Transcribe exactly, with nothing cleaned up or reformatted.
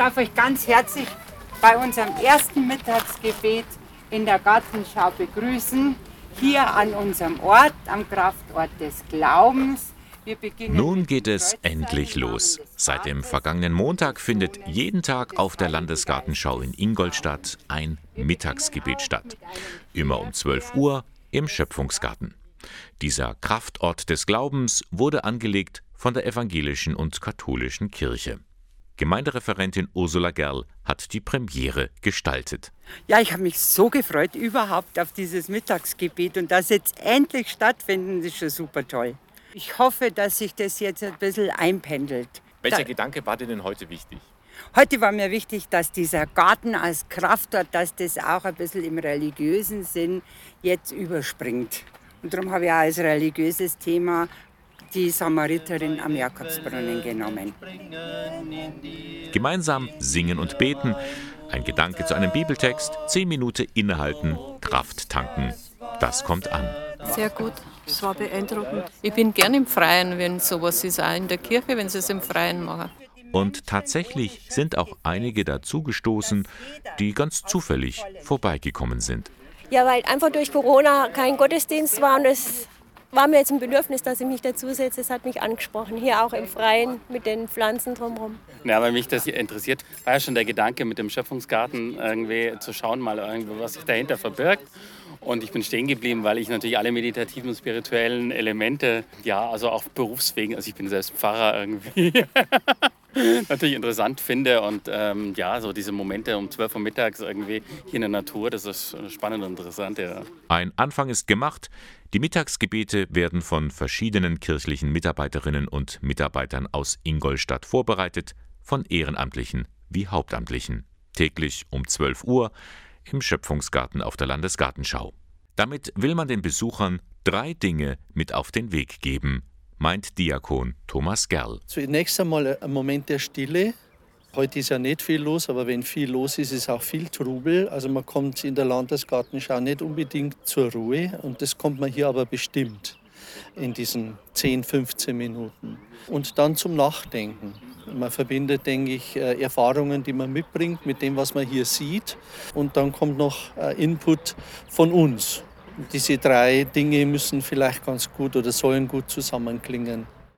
darf euch ganz herzlich bei unserem ersten Mittagsgebet in der Gartenschau begrüßen. Hier an unserem Ort, am Kraftort des Glaubens. Wir beginnen Nun geht es endlich los. Seit dem vergangenen Montag findet jeden Tag auf der Landesgartenschau in Ingolstadt ein Mittagsgebet statt. Immer um zwölf Uhr im Schöpfungsgarten. Dieser Kraftort des Glaubens wurde angelegt von der evangelischen und katholischen Kirche. Gemeindereferentin Ursula Gerl hat die Premiere gestaltet. Ja, ich habe mich so gefreut überhaupt auf dieses Mittagsgebet und dass jetzt endlich stattfinden, ist schon super toll. Ich hoffe, dass sich das jetzt ein bisschen einpendelt. Welcher da, Gedanke war dir denn heute wichtig? Heute war mir wichtig, dass dieser Garten als Kraftort, dass das auch ein bisschen im religiösen Sinn jetzt überspringt. Und darum habe ich auch als religiöses Thema die Samariterin am Jakobsbrunnen genommen. Gemeinsam singen und beten, ein Gedanke zu einem Bibeltext, zehn Minuten innehalten, Kraft tanken. Das kommt an. Sehr gut, es war beeindruckend. Ich bin gern im Freien, wenn sowas ist, auch in der Kirche, wenn sie es im Freien machen. Und tatsächlich sind auch einige dazugestoßen, die ganz zufällig vorbeigekommen sind. Ja, weil einfach durch Corona kein Gottesdienst war und es war mir jetzt ein Bedürfnis, dass ich mich dazusetze. Es hat mich angesprochen, hier auch im Freien mit den Pflanzen drumherum. Ja, weil mich das interessiert, war ja schon der Gedanke mit dem Schöpfungsgarten irgendwie zu schauen, mal irgendwie, was sich dahinter verbirgt. Und ich bin stehen geblieben, weil ich natürlich alle meditativen und spirituellen Elemente, ja, also auch berufswegen, also ich bin selbst Pfarrer irgendwie, natürlich interessant finde. Und ähm, ja, so diese Momente um zwölf Uhr mittags irgendwie hier in der Natur, das ist spannend und interessant, ja. Ein Anfang ist gemacht. Die Mittagsgebete werden von verschiedenen kirchlichen Mitarbeiterinnen und Mitarbeitern aus Ingolstadt vorbereitet, von Ehrenamtlichen wie Hauptamtlichen. Täglich um zwölf Uhr im Schöpfungsgarten auf der Landesgartenschau. Damit will man den Besuchern drei Dinge mit auf den Weg geben, meint Diakon Thomas Gerl. Zunächst einmal ein Moment der Stille. Heute ist ja nicht viel los, aber wenn viel los ist, ist auch viel Trubel. Also man kommt in der Landesgartenschau nicht unbedingt zur Ruhe und das kommt man hier aber bestimmt in diesen zehn, fünfzehn Minuten. Und dann zum Nachdenken. Man verbindet, denke ich, Erfahrungen, die man mitbringt mit dem, was man hier sieht. Und dann kommt noch Input von uns. Diese drei Dinge müssen vielleicht ganz gut oder sollen gut zusammenklingen.